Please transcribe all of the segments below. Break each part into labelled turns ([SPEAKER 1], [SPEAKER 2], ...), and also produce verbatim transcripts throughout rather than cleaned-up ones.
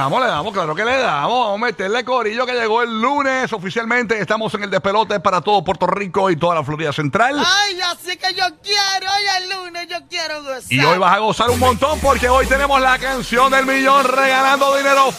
[SPEAKER 1] damos, le damos, claro que le damos. Vamos a meterle corillo que llegó el lunes oficialmente. Estamos en el despelote para todo Puerto Rico y toda la Florida Central.
[SPEAKER 2] Ay, así que yo quiero, hoy es lunes, yo quiero gozar.
[SPEAKER 1] Y hoy vas a gozar un montón porque hoy tenemos la canción del millón regalando dinero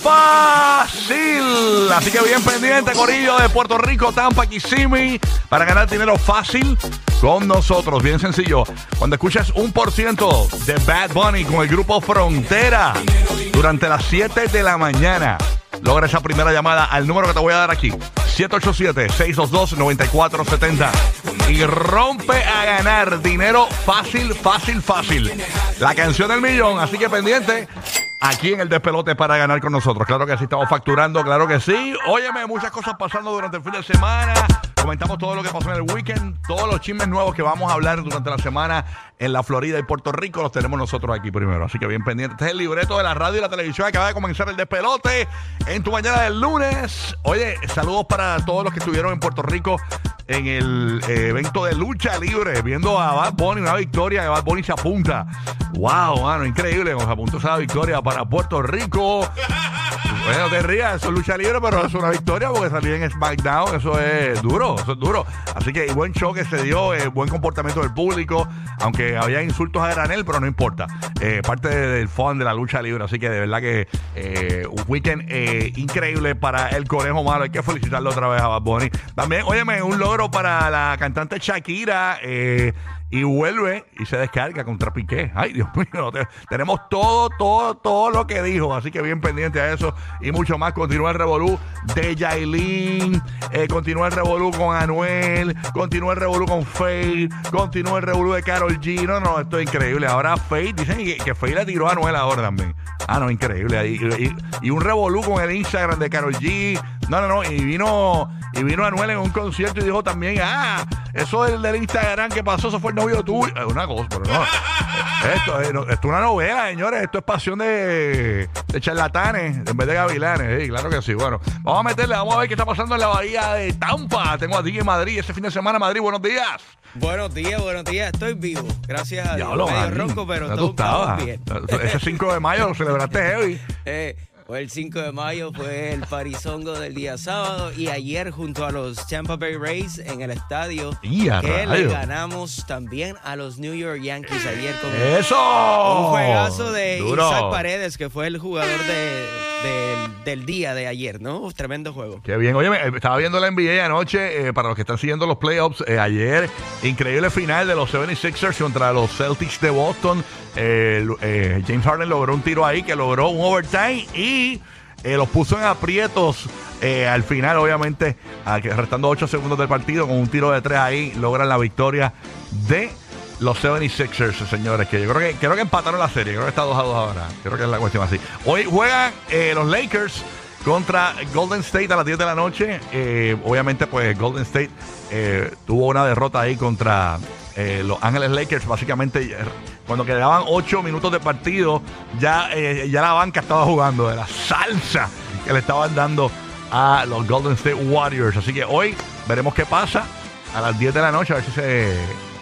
[SPEAKER 1] fácil. Así que bien pendiente, corillo de Puerto Rico, Tampa, Kissimmee, para ganar dinero fácil con nosotros. Bien sencillo. Cuando escuches un por ciento de Bad Bunny con el grupo Frontera durante las siete de la mañana, logra esa primera llamada al número que te voy a dar aquí, siete ocho siete, seis dos dos, nueve cuatro siete cero, y rompe a ganar dinero fácil, fácil, fácil. La canción del millón, así que pendiente aquí en el despelote para ganar con nosotros. Claro que sí, estamos facturando, claro que sí. Óyeme, muchas cosas pasando durante el fin de semana. Comentamos todo lo que pasó en el weekend, todos los chismes nuevos que vamos a hablar durante la semana en la Florida y Puerto Rico los tenemos nosotros aquí primero. Así que bien pendiente. Este es el libreto de la radio y la televisión. Acaba de comenzar el despelote en tu mañana del lunes. Oye, saludos para todos los que estuvieron en Puerto Rico en el eh, evento de lucha libre, viendo a Bad Bunny, una victoria de Bad Bunny se apunta. Wow, mano, increíble. Nos apuntó esa victoria para Puerto Rico. Bueno, te rías, eso es lucha libre, pero es una victoria porque salí en SmackDown. Eso es duro, eso es duro. Así que buen show que se dio, eh, buen comportamiento del público, aunque había insultos a granel, pero no importa. Eh, parte de, del fun de la lucha libre. Así que de verdad que eh, un weekend eh, increíble para el Conejo Malo. Hay que felicitarlo otra vez a Bad Bunny. También, óyeme, un logro para la cantante Shakira. Eh, Y vuelve y se descarga contra Piqué. Ay, Dios mío. Te, tenemos todo, todo, todo lo que dijo. Así que bien pendiente a eso y mucho más. Continúa el revolú de Yailin. Eh, continúa el revolú con Anuel. Continúa el revolú con Faye. Continúa el revolú de Karol G. No, no, esto es increíble. Ahora Faye, dicen que, que Faye le tiró a Anuel ahora también. Ah, no, increíble. Y, y, y un revolú con el Instagram de Karol G. No, no, no. Y vino, y vino Anuel en un concierto y dijo también, ah, eso del, del Instagram que pasó, eso fue el novio tuyo. Es una cosa, pero no. Esto, esto es una novela, señores. Esto es pasión de, de charlatanes en vez de gavilanes. Sí, claro que sí. Bueno, vamos a meterle, vamos a ver qué está pasando en la bahía de Tampa. Tengo a ti en Madrid ese fin de semana. Madrid, buenos días.
[SPEAKER 2] Buenos días, buenos días. Estoy vivo. Gracias a Dios.
[SPEAKER 1] Diablo,
[SPEAKER 2] medio
[SPEAKER 1] man,
[SPEAKER 2] ronco, pero
[SPEAKER 1] me
[SPEAKER 2] todo
[SPEAKER 1] asustaba.
[SPEAKER 2] bien.
[SPEAKER 1] Ese cinco de mayo lo celebraste heavy.
[SPEAKER 2] Eh, Fue el cinco de mayo, fue el parizongo del día sábado y ayer junto a los Tampa Bay Rays en el estadio
[SPEAKER 1] ¡Y a
[SPEAKER 2] que
[SPEAKER 1] rayo!
[SPEAKER 2] le ganamos también a los New York Yankees ayer con
[SPEAKER 1] ¡Eso!
[SPEAKER 2] un juegazo de
[SPEAKER 1] Duro.
[SPEAKER 2] Isaac Paredes, que fue el jugador de, de, del día de ayer, ¿no? Tremendo juego.
[SPEAKER 1] Qué bien. Oye, me- estaba viendo la N B A anoche, eh, para los que están siguiendo los playoffs, eh, ayer, increíble final de los setenta y sixers contra los Celtics de Boston. Eh, eh, James Harden logró un tiro ahí que logró un overtime y eh, los puso en aprietos eh, al final, obviamente, a que restando ocho segundos del partido, con un tiro de tres ahí, logran la victoria de los setenta y sixers, señores, que yo creo que creo que empataron la serie, creo que está dos a dos ahora, creo que es la cuestión así. Hoy juegan eh, los Lakers contra Golden State a las diez de la noche. Eh, obviamente, pues Golden State eh, tuvo una derrota ahí contra eh, Los Ángeles Lakers. Básicamente, eh, cuando quedaban ocho minutos de partido, ya, eh, ya la banca estaba jugando de la salsa que le estaban dando a los Golden State Warriors. Así que hoy veremos qué pasa a las diez de la noche, a ver si se...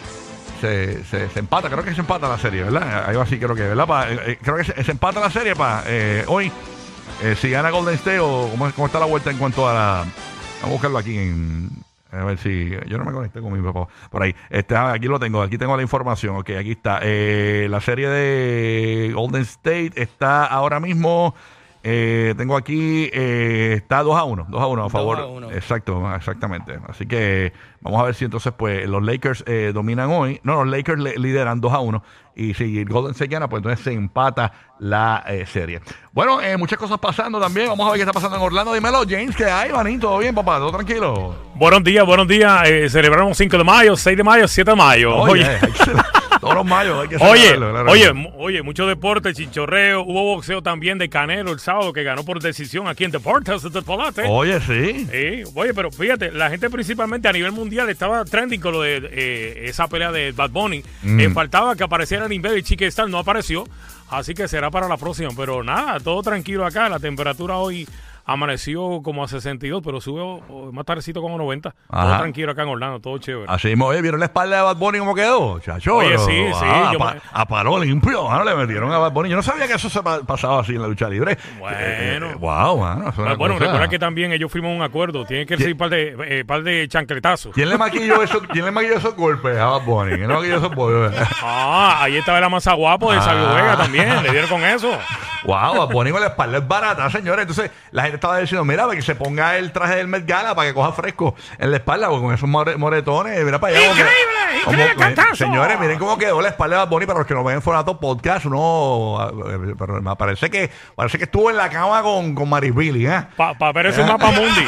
[SPEAKER 1] Se, se, se empata, creo que se empata la serie, ¿verdad? Algo así creo que, ¿verdad? Pa? Eh, creo que se, se empata la serie para eh, hoy. Eh, si gana Golden State o cómo, cómo está la vuelta en cuanto a la... Vamos a buscarlo aquí en... A ver si... Yo no me conecté con mi papá por ahí. Este, aquí lo tengo, aquí tengo la información. Ok, aquí está. Eh, la serie de Golden State está ahora mismo... Eh, tengo aquí, eh, está dos a uno, dos a uno a favor.
[SPEAKER 2] dos a uno.
[SPEAKER 1] Exacto, exactamente. Así que vamos a ver si entonces pues los Lakers eh, dominan hoy. No, los Lakers le, lideran dos a uno. Y si Golden State gana, pues entonces se empata la eh, serie. Bueno, eh, muchas cosas pasando también. Vamos a ver qué está pasando en Orlando. Dímelo, James, ¿qué hay, manito? ¿Todo bien, papá? ¿Todo tranquilo?
[SPEAKER 3] Buenos días, buenos días. Eh, celebramos cinco de mayo, seis de mayo, siete de mayo.
[SPEAKER 1] Oye,
[SPEAKER 3] Oye,
[SPEAKER 1] hay que- todos los mayos hay que
[SPEAKER 3] oye,
[SPEAKER 1] celebrarlo, claro.
[SPEAKER 3] oye, mu- oye, mucho deporte, chinchorreo. Hubo boxeo también de Canelo el sábado que ganó por decisión aquí en Deportes de Tepolate.
[SPEAKER 1] Oye, sí.
[SPEAKER 3] Sí, oye, pero fíjate, la gente principalmente a nivel mundial estaba trending con lo de eh, esa pelea de Bad Bunny.
[SPEAKER 1] Mm.
[SPEAKER 3] Eh, faltaba que apareciera el Invader y Chique Star, no apareció. Así que será para la próxima. Pero nada, todo tranquilo acá. La temperatura hoy amaneció como a sesenta y dos, pero sube más tardecito como a noventa.
[SPEAKER 1] Ajá.
[SPEAKER 3] Todo tranquilo acá en Orlando, todo chévere.
[SPEAKER 1] Así mismo, oye, ¿vieron la espalda de Bad Bunny cómo quedó, chacho?
[SPEAKER 3] Oye,
[SPEAKER 1] Pero,
[SPEAKER 3] sí, sí,
[SPEAKER 1] ah,
[SPEAKER 3] yo
[SPEAKER 1] pa-
[SPEAKER 3] me-
[SPEAKER 1] a palo limpio, mano, le metieron a Bad Bunny. Yo no sabía que eso se pa- pasaba así en la lucha libre.
[SPEAKER 3] Bueno.
[SPEAKER 1] Eh, eh, wow, mano. Eso es una
[SPEAKER 3] Bueno,
[SPEAKER 1] cosa-
[SPEAKER 3] recuerda que también ellos firman un acuerdo. Tienen que recibir un par de, eh, par de chancletazos.
[SPEAKER 1] ¿Quién le maquilló eso? ¿Quién le maquilló esos golpes a Bad Bunny? ¿Quién le maquilló esos golpes?
[SPEAKER 3] Ah, ahí estaba la masa guapo de
[SPEAKER 1] Ah.
[SPEAKER 3] Sabio Vega también. Le dieron con eso.
[SPEAKER 1] Wow, Bad Bunny con la espalda es barata, señores. Entonces la gente estaba diciendo, mira, que se ponga el traje del Met Gala para que coja fresco en la espalda, porque con esos more- moretones, mira para allá. como que-
[SPEAKER 3] ¡Increíble!
[SPEAKER 1] como
[SPEAKER 3] ¡Increíble
[SPEAKER 1] que-
[SPEAKER 3] cantazo!
[SPEAKER 1] Señores, miren cómo quedó la espalda de Bad Bunny para los que no ven en formato podcast. Uno, eh, pero me parece que parece que estuvo en la cama con, con Maribili, ¿eh?
[SPEAKER 3] Para pa ver ese mapa mundi.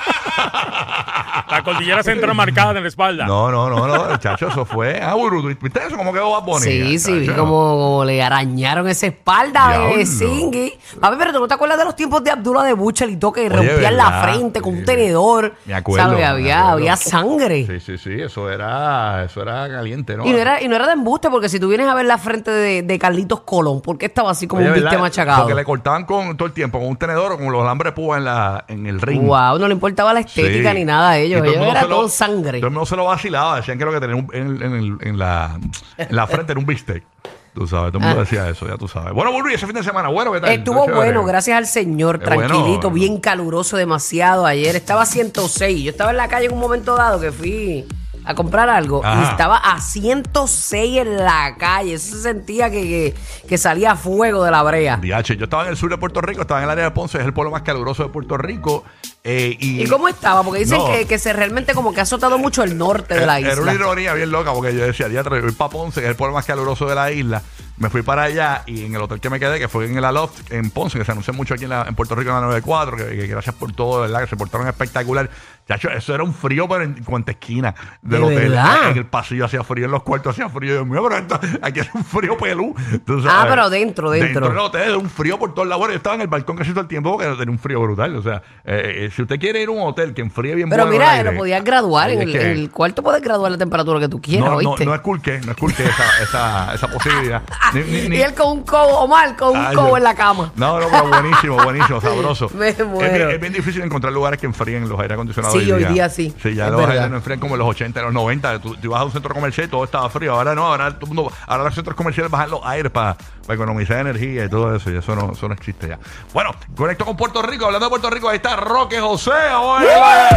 [SPEAKER 3] La cordillera central marcada en la espalda.
[SPEAKER 1] No, no, no, no, chacho, eso fue. Ah, Buru, ¿viste eso? ¿Cómo quedó Bad Bunny?
[SPEAKER 4] Sí, sí, vi
[SPEAKER 1] Chacho.
[SPEAKER 4] como, como le arañaron esa espalda
[SPEAKER 1] Diablo.
[SPEAKER 4] de Singhi. Papi, pero tú no te acuerdas de los tiempos de Abdullah de Buchelito que
[SPEAKER 1] Oye,
[SPEAKER 4] rompían la
[SPEAKER 1] ¿verdad?
[SPEAKER 4] frente con
[SPEAKER 1] Sí,
[SPEAKER 4] un
[SPEAKER 1] sí.
[SPEAKER 4] tenedor?
[SPEAKER 1] Me acuerdo,
[SPEAKER 4] ¿Sabes?
[SPEAKER 1] me
[SPEAKER 4] Había,
[SPEAKER 1] acuerdo.
[SPEAKER 4] había sangre.
[SPEAKER 1] Sí, sí, sí, eso era, eso era caliente, ¿no?
[SPEAKER 4] Y no, era, y no era de embuste, porque si tú vienes a ver la frente de, de Carlitos Colón, ¿por qué estaba así como
[SPEAKER 1] Oye,
[SPEAKER 4] un biste
[SPEAKER 1] ¿verdad?
[SPEAKER 4] machacado?
[SPEAKER 1] Porque le cortaban con todo el tiempo, con un tenedor o con los alambres de púa en, la, en el ring.
[SPEAKER 4] Wow, no le importaba la estética
[SPEAKER 1] Sí.
[SPEAKER 4] ni nada a
[SPEAKER 1] Y
[SPEAKER 4] ellos.
[SPEAKER 1] todo el
[SPEAKER 4] Ellos
[SPEAKER 1] mundo
[SPEAKER 4] era
[SPEAKER 1] se lo-
[SPEAKER 4] todo sangre.
[SPEAKER 1] Todo el mundo se lo vacilaba. Decían que lo que tenía un- en, en el- en la, en la frente era un bistec. Tú sabes, todo el mundo
[SPEAKER 4] Ah.
[SPEAKER 1] decía eso, ya tú sabes. Bueno, Burbu, ese fin de semana, bueno, ¿qué tal?
[SPEAKER 4] Estuvo
[SPEAKER 1] Está chévere.
[SPEAKER 4] bueno, gracias al Señor,
[SPEAKER 1] Qué
[SPEAKER 4] tranquilito,
[SPEAKER 1] bueno.
[SPEAKER 4] bien caluroso, demasiado. Ayer estaba a ciento seis. Yo estaba en la calle en un momento dado que fui a comprar algo
[SPEAKER 1] Ajá.
[SPEAKER 4] y estaba a ciento seis en la calle. Eso se sentía que, que, que salía fuego de la brea.
[SPEAKER 1] D H, yo estaba en el sur de Puerto Rico, estaba en el área de Ponce, es el pueblo más caluroso de Puerto Rico. eh, y,
[SPEAKER 4] ¿Y cómo estaba? Porque dicen
[SPEAKER 1] No.
[SPEAKER 4] que, que se realmente como que ha azotado mucho el norte de la
[SPEAKER 1] Era una
[SPEAKER 4] isla.
[SPEAKER 1] ironía bien loca porque yo decía, diatra, voy para Ponce, que es el pueblo más caluroso de la isla. Me fui para allá y en el hotel que me quedé, que fue en el Aloft, en Ponce, que se anunció mucho aquí en, la- en Puerto Rico en la noventa y cuatro, que, que gracias por todo, ¿verdad? Que se portaron espectacular. Chacho, eso era un frío, pero en cuanta esquina del
[SPEAKER 4] ¿De
[SPEAKER 1] hotel.
[SPEAKER 4] verdad?
[SPEAKER 1] En el pasillo hacía frío, en los cuartos hacía frío. Dios mío, pero esto, aquí es un frío pelú. tú
[SPEAKER 4] Ah,
[SPEAKER 1] sabes.
[SPEAKER 4] pero dentro, dentro.
[SPEAKER 1] Dentro del hotel, un frío por todos lados. Bueno, yo estaba en el balcón casi todo el tiempo porque tenía un frío brutal. O sea, eh, eh, si usted quiere ir a un hotel que enfríe bien
[SPEAKER 4] Pero
[SPEAKER 1] bueno el
[SPEAKER 4] mira,
[SPEAKER 1] aire,
[SPEAKER 4] lo podías graduar.
[SPEAKER 1] ahí
[SPEAKER 4] En
[SPEAKER 1] es
[SPEAKER 4] el,
[SPEAKER 1] que-
[SPEAKER 4] en el cuarto puedes graduar la temperatura que tú quieras,
[SPEAKER 1] no, no,
[SPEAKER 4] ¿oíste?
[SPEAKER 1] no es cool que, no es cool que esa, esa, esa posibilidad. Ni- ni- ni-
[SPEAKER 4] Y él con un cobo, Omar, con un
[SPEAKER 1] Ay,
[SPEAKER 4] cobo
[SPEAKER 1] yo-
[SPEAKER 4] en la cama.
[SPEAKER 1] No, no, pero buenísimo, buenísimo, sabroso.
[SPEAKER 4] Me
[SPEAKER 1] Es,
[SPEAKER 4] muero.
[SPEAKER 1] bien, es bien difícil encontrar lugares que enfríen los aire acondicionados.
[SPEAKER 4] Sí, hoy día sí.
[SPEAKER 1] Sí, ya
[SPEAKER 4] Es
[SPEAKER 1] los
[SPEAKER 4] verdad.
[SPEAKER 1] aires no enfrían como en los ochenta, en los noventa. Tú, tú ibas a un centro comercial y todo estaba frío. Ahora no, ahora todo el mundo, ahora los centros comerciales bajan los aires para economizar energía y todo eso. Y eso no, eso no existe ya. Bueno, conecto con Puerto Rico. Hablando de Puerto Rico, ahí está Roque José. ¡Buenos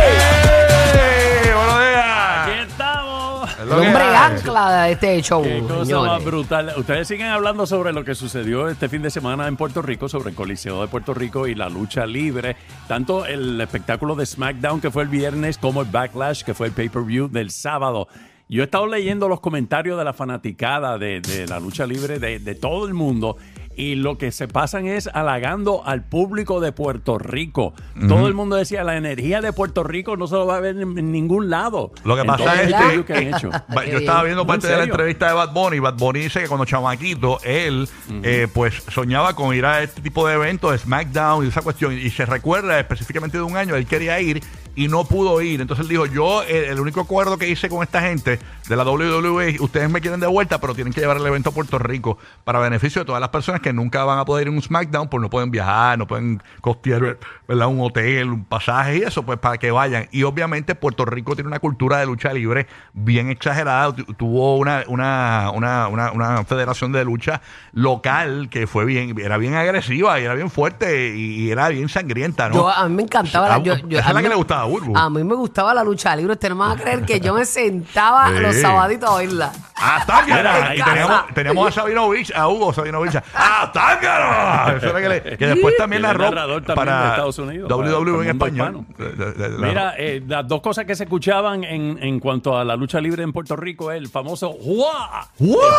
[SPEAKER 1] días! ¡Buenos días!
[SPEAKER 5] Aquí estamos.
[SPEAKER 1] Es
[SPEAKER 4] El
[SPEAKER 1] lo que
[SPEAKER 4] hombre
[SPEAKER 1] hay.
[SPEAKER 4] ancla de este show,
[SPEAKER 5] Qué cosa
[SPEAKER 4] señores.
[SPEAKER 5] más brutal. Ustedes siguen hablando sobre lo que sucedió este fin de semana en Puerto Rico, sobre el Coliseo de Puerto Rico y la lucha libre. Tanto el espectáculo de SmackDown que fue el viernes como el Backlash que fue el pay-per-view del sábado. Yo he estado leyendo los comentarios de la fanaticada de, de la lucha libre de, de todo el mundo y lo que se pasan es halagando al público de Puerto Rico. Todo el mundo decía, la energía de Puerto Rico no se lo va a ver en, en ningún lado.
[SPEAKER 1] Lo que
[SPEAKER 5] En
[SPEAKER 1] pasa
[SPEAKER 5] todos
[SPEAKER 1] es
[SPEAKER 5] los
[SPEAKER 1] que-
[SPEAKER 5] estudios que han hecho.
[SPEAKER 1] Va-
[SPEAKER 4] Qué
[SPEAKER 1] Yo estaba
[SPEAKER 4] bien.
[SPEAKER 1] viendo
[SPEAKER 5] ¿En
[SPEAKER 1] parte de la
[SPEAKER 5] serio?
[SPEAKER 1] entrevista de Bad Bunny. Bad Bunny dice que cuando chamaquito, él eh, pues soñaba con ir a este tipo de eventos, de SmackDown y esa cuestión. Y se recuerda específicamente de un año, él quería ir y no pudo ir. Entonces él dijo, yo el, el único acuerdo que hice con esta gente de la W W E, ustedes me quieren de vuelta, pero tienen que llevar el evento a Puerto Rico para beneficio de todas las personas que nunca van a poder ir a un SmackDown, pues no pueden viajar, no pueden costear, ¿verdad? Un hotel, un pasaje y eso, pues para que vayan. Y obviamente Puerto Rico tiene una cultura de lucha libre bien exagerada. Tu- Tuvo una, una, una, una, una federación de lucha local que fue bien, era bien agresiva y era bien fuerte y, y era bien sangrienta, ¿no?
[SPEAKER 4] Yo, a mí me encantaba la,
[SPEAKER 1] Ah,
[SPEAKER 4] yo, yo-
[SPEAKER 1] esa
[SPEAKER 4] a
[SPEAKER 1] es la
[SPEAKER 4] mí
[SPEAKER 1] que
[SPEAKER 4] me-
[SPEAKER 1] le gustaba a Burbu.
[SPEAKER 4] A mí me gustaba la lucha libre. Usted no me va a creer que yo me sentaba
[SPEAKER 1] Sí.
[SPEAKER 4] los sabaditos a oírla.
[SPEAKER 1] ¡Atángara!
[SPEAKER 4] En
[SPEAKER 1] Y
[SPEAKER 4] casa.
[SPEAKER 1] teníamos, teníamos a Sabinovich, a Hugo Sabinovich. ¡Atángara! Eso era que, le, que después también
[SPEAKER 5] Y el
[SPEAKER 1] narró
[SPEAKER 5] narrador también
[SPEAKER 1] para
[SPEAKER 5] de Estados Unidos,
[SPEAKER 1] W W E
[SPEAKER 5] para-
[SPEAKER 1] en
[SPEAKER 5] para
[SPEAKER 1] español.
[SPEAKER 5] Mundo
[SPEAKER 1] De- de- de- la-
[SPEAKER 5] Mira, eh, las dos cosas que se escuchaban en, en cuanto a la lucha libre en Puerto Rico es el famoso ¡Juá!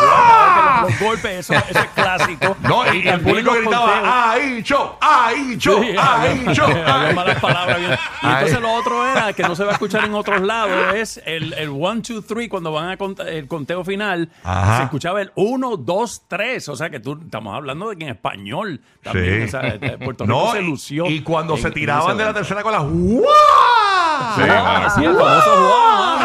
[SPEAKER 1] ¡Guau!
[SPEAKER 5] Los, los golpes, eso, eso es clásico.
[SPEAKER 1] No, y, y el
[SPEAKER 5] también
[SPEAKER 1] público
[SPEAKER 5] los
[SPEAKER 1] gritaba,
[SPEAKER 5] conteos.
[SPEAKER 1] ¡ahí, cho! ¡ahí, cho!
[SPEAKER 5] Sí,
[SPEAKER 1] ¡ahí, cho!
[SPEAKER 5] había malas palabras. bien. Y
[SPEAKER 1] Ay.
[SPEAKER 5] entonces lo otro era, que no se va a escuchar en otros lados, es el, el one, two, three, cuando van a contar el conteo final,
[SPEAKER 1] Ajá.
[SPEAKER 5] se escuchaba el uno, dos, tres. O sea que tú, estamos hablando de que en español también,
[SPEAKER 1] Sí.
[SPEAKER 5] o sea, eh, Puerto Rico
[SPEAKER 1] No,
[SPEAKER 5] se
[SPEAKER 1] y-
[SPEAKER 5] lució.
[SPEAKER 1] y cuando
[SPEAKER 5] en-
[SPEAKER 1] se
[SPEAKER 5] en
[SPEAKER 1] tiraban
[SPEAKER 5] ese
[SPEAKER 1] de la
[SPEAKER 5] evento.
[SPEAKER 1] tercera con la ¡guau!
[SPEAKER 5] Sí, sí, el famoso Juan, mano.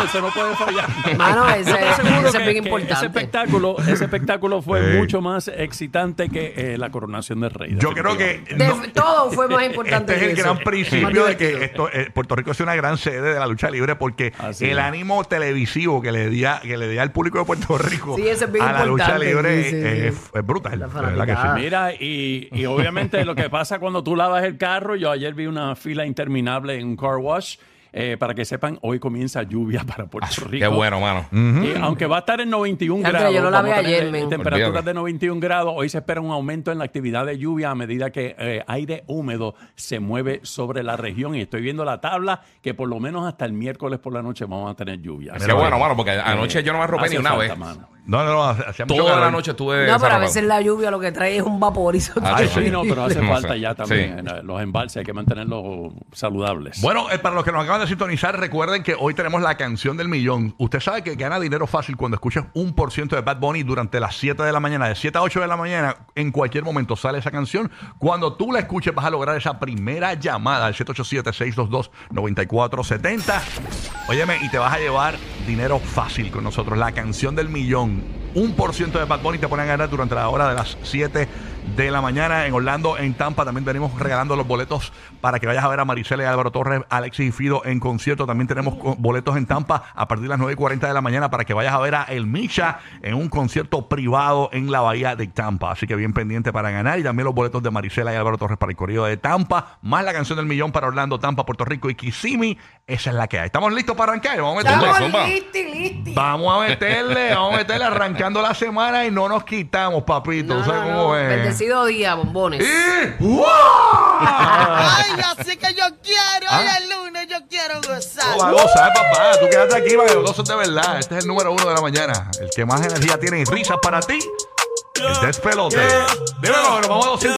[SPEAKER 5] eso no puede fallar.
[SPEAKER 4] Mano, ese,
[SPEAKER 5] Yo te aseguro
[SPEAKER 4] ese es
[SPEAKER 5] que-
[SPEAKER 4] bien
[SPEAKER 5] que
[SPEAKER 4] importante.
[SPEAKER 5] Ese espectáculo, ese espectáculo fue
[SPEAKER 1] Sí.
[SPEAKER 5] mucho más excitante que eh, la coronación del rey.
[SPEAKER 1] Yo creo que
[SPEAKER 4] De-
[SPEAKER 1] no-
[SPEAKER 4] todo fue más importante
[SPEAKER 1] Este es
[SPEAKER 4] que
[SPEAKER 1] el
[SPEAKER 4] eso.
[SPEAKER 1] gran
[SPEAKER 4] Más
[SPEAKER 1] principio de que
[SPEAKER 4] divertido.
[SPEAKER 1] esto, eh, Puerto Rico es una gran sede de la lucha libre porque
[SPEAKER 5] Así
[SPEAKER 1] el
[SPEAKER 5] es.
[SPEAKER 1] ánimo televisivo que le di a- que le di al público de Puerto Rico
[SPEAKER 4] Sí, ese es bien
[SPEAKER 1] a la lucha
[SPEAKER 4] importante,
[SPEAKER 1] libre
[SPEAKER 4] sí, sí,
[SPEAKER 1] es,
[SPEAKER 4] sí.
[SPEAKER 1] es brutal.
[SPEAKER 4] La
[SPEAKER 1] de verdad que
[SPEAKER 4] fanaticada.
[SPEAKER 1] sí.
[SPEAKER 5] Mira, y, y obviamente lo que pasa cuando tú lavas el carro, yo ayer vi una fila interminable en un car wash. Eh, para que sepan, hoy comienza lluvia para Puerto Rico.
[SPEAKER 6] Qué bueno, mano.
[SPEAKER 5] Y aunque va a estar en noventa y un
[SPEAKER 4] Andrea,
[SPEAKER 5] grados,
[SPEAKER 4] yo lo lavé
[SPEAKER 5] vamos a tener,
[SPEAKER 4] ayer, men.
[SPEAKER 5] eh, temperaturas
[SPEAKER 6] Olvídate.
[SPEAKER 5] de noventa y un grados, hoy se espera un aumento en la actividad de lluvia a medida que eh, aire húmedo se mueve sobre la región. Y estoy viendo la tabla que por lo menos hasta el miércoles por la noche vamos a tener lluvia.
[SPEAKER 6] Qué bueno, mano, porque anoche yo no me arropé
[SPEAKER 5] Hace
[SPEAKER 6] ni una
[SPEAKER 5] falta,
[SPEAKER 6] vez.
[SPEAKER 5] mano.
[SPEAKER 1] No, no, no, hacía mucho
[SPEAKER 6] Toda la
[SPEAKER 1] calor.
[SPEAKER 6] noche estuve
[SPEAKER 4] No, pero a
[SPEAKER 6] desarropado.
[SPEAKER 4] veces la lluvia lo que trae es un vaporizo.
[SPEAKER 6] Ah,
[SPEAKER 5] Ay,
[SPEAKER 6] sí.
[SPEAKER 5] sí, no, pero hace
[SPEAKER 6] No
[SPEAKER 5] falta
[SPEAKER 6] sé.
[SPEAKER 5] ya también.
[SPEAKER 6] Sí.
[SPEAKER 5] eh, Los embalses hay que mantenerlos saludables.
[SPEAKER 1] Bueno, eh, para los que nos acaban de sintonizar, recuerden que hoy tenemos la canción del millón. Usted sabe que gana dinero fácil cuando escuchas un por ciento de Bad Bunny durante las siete de la mañana. De siete a ocho de la mañana, en cualquier momento sale esa canción. Cuando tú la escuches, vas a lograr esa primera llamada al siete ocho siete, seis dos dos, nueve cuatro siete cero. Óyeme, y te vas a llevar dinero fácil con nosotros. La canción del millón. Un por ciento de Bad Bunny te ponen a ganar durante la hora de las siete de la mañana. En Orlando, en Tampa, también venimos regalando los boletos para que vayas a ver a Maricela y Álvaro Torres, Alexis y Fido en concierto. También tenemos co- boletos en Tampa a partir de las nueve y cuarenta de la mañana para que vayas a ver a El Micha en un concierto privado en la bahía de Tampa. Así que bien pendiente para ganar. Y también los boletos de Maricela y Álvaro Torres para el corrido de Tampa, más la canción del millón para Orlando, Tampa, Puerto Rico y Kissimmee. Esa es la que hay. ¿Estamos listos para arrancar? Vamos a meterle.
[SPEAKER 6] Zumba,
[SPEAKER 4] Estamos
[SPEAKER 6] zumba.
[SPEAKER 4] listos, listos.
[SPEAKER 1] Vamos a meterle, vamos a meterle arrancando la semana y no nos quitamos, papito.
[SPEAKER 4] No,
[SPEAKER 1] ¿Sabes
[SPEAKER 4] no,
[SPEAKER 1] cómo
[SPEAKER 4] no.
[SPEAKER 1] es?
[SPEAKER 4] Bendecido día, bombones.
[SPEAKER 1] ¡Y! ¡Wow!
[SPEAKER 7] Ay, así que yo quiero, hoy
[SPEAKER 1] ¿Ah?
[SPEAKER 7] es lunes, yo quiero gozar.
[SPEAKER 1] No va a gozar, papá. Tú quédate aquí para que lo goces de verdad. Este es el número uno de la mañana. El que más energía tiene y risas para ti. El despelote. Dímelo, nos vamos a doscientos.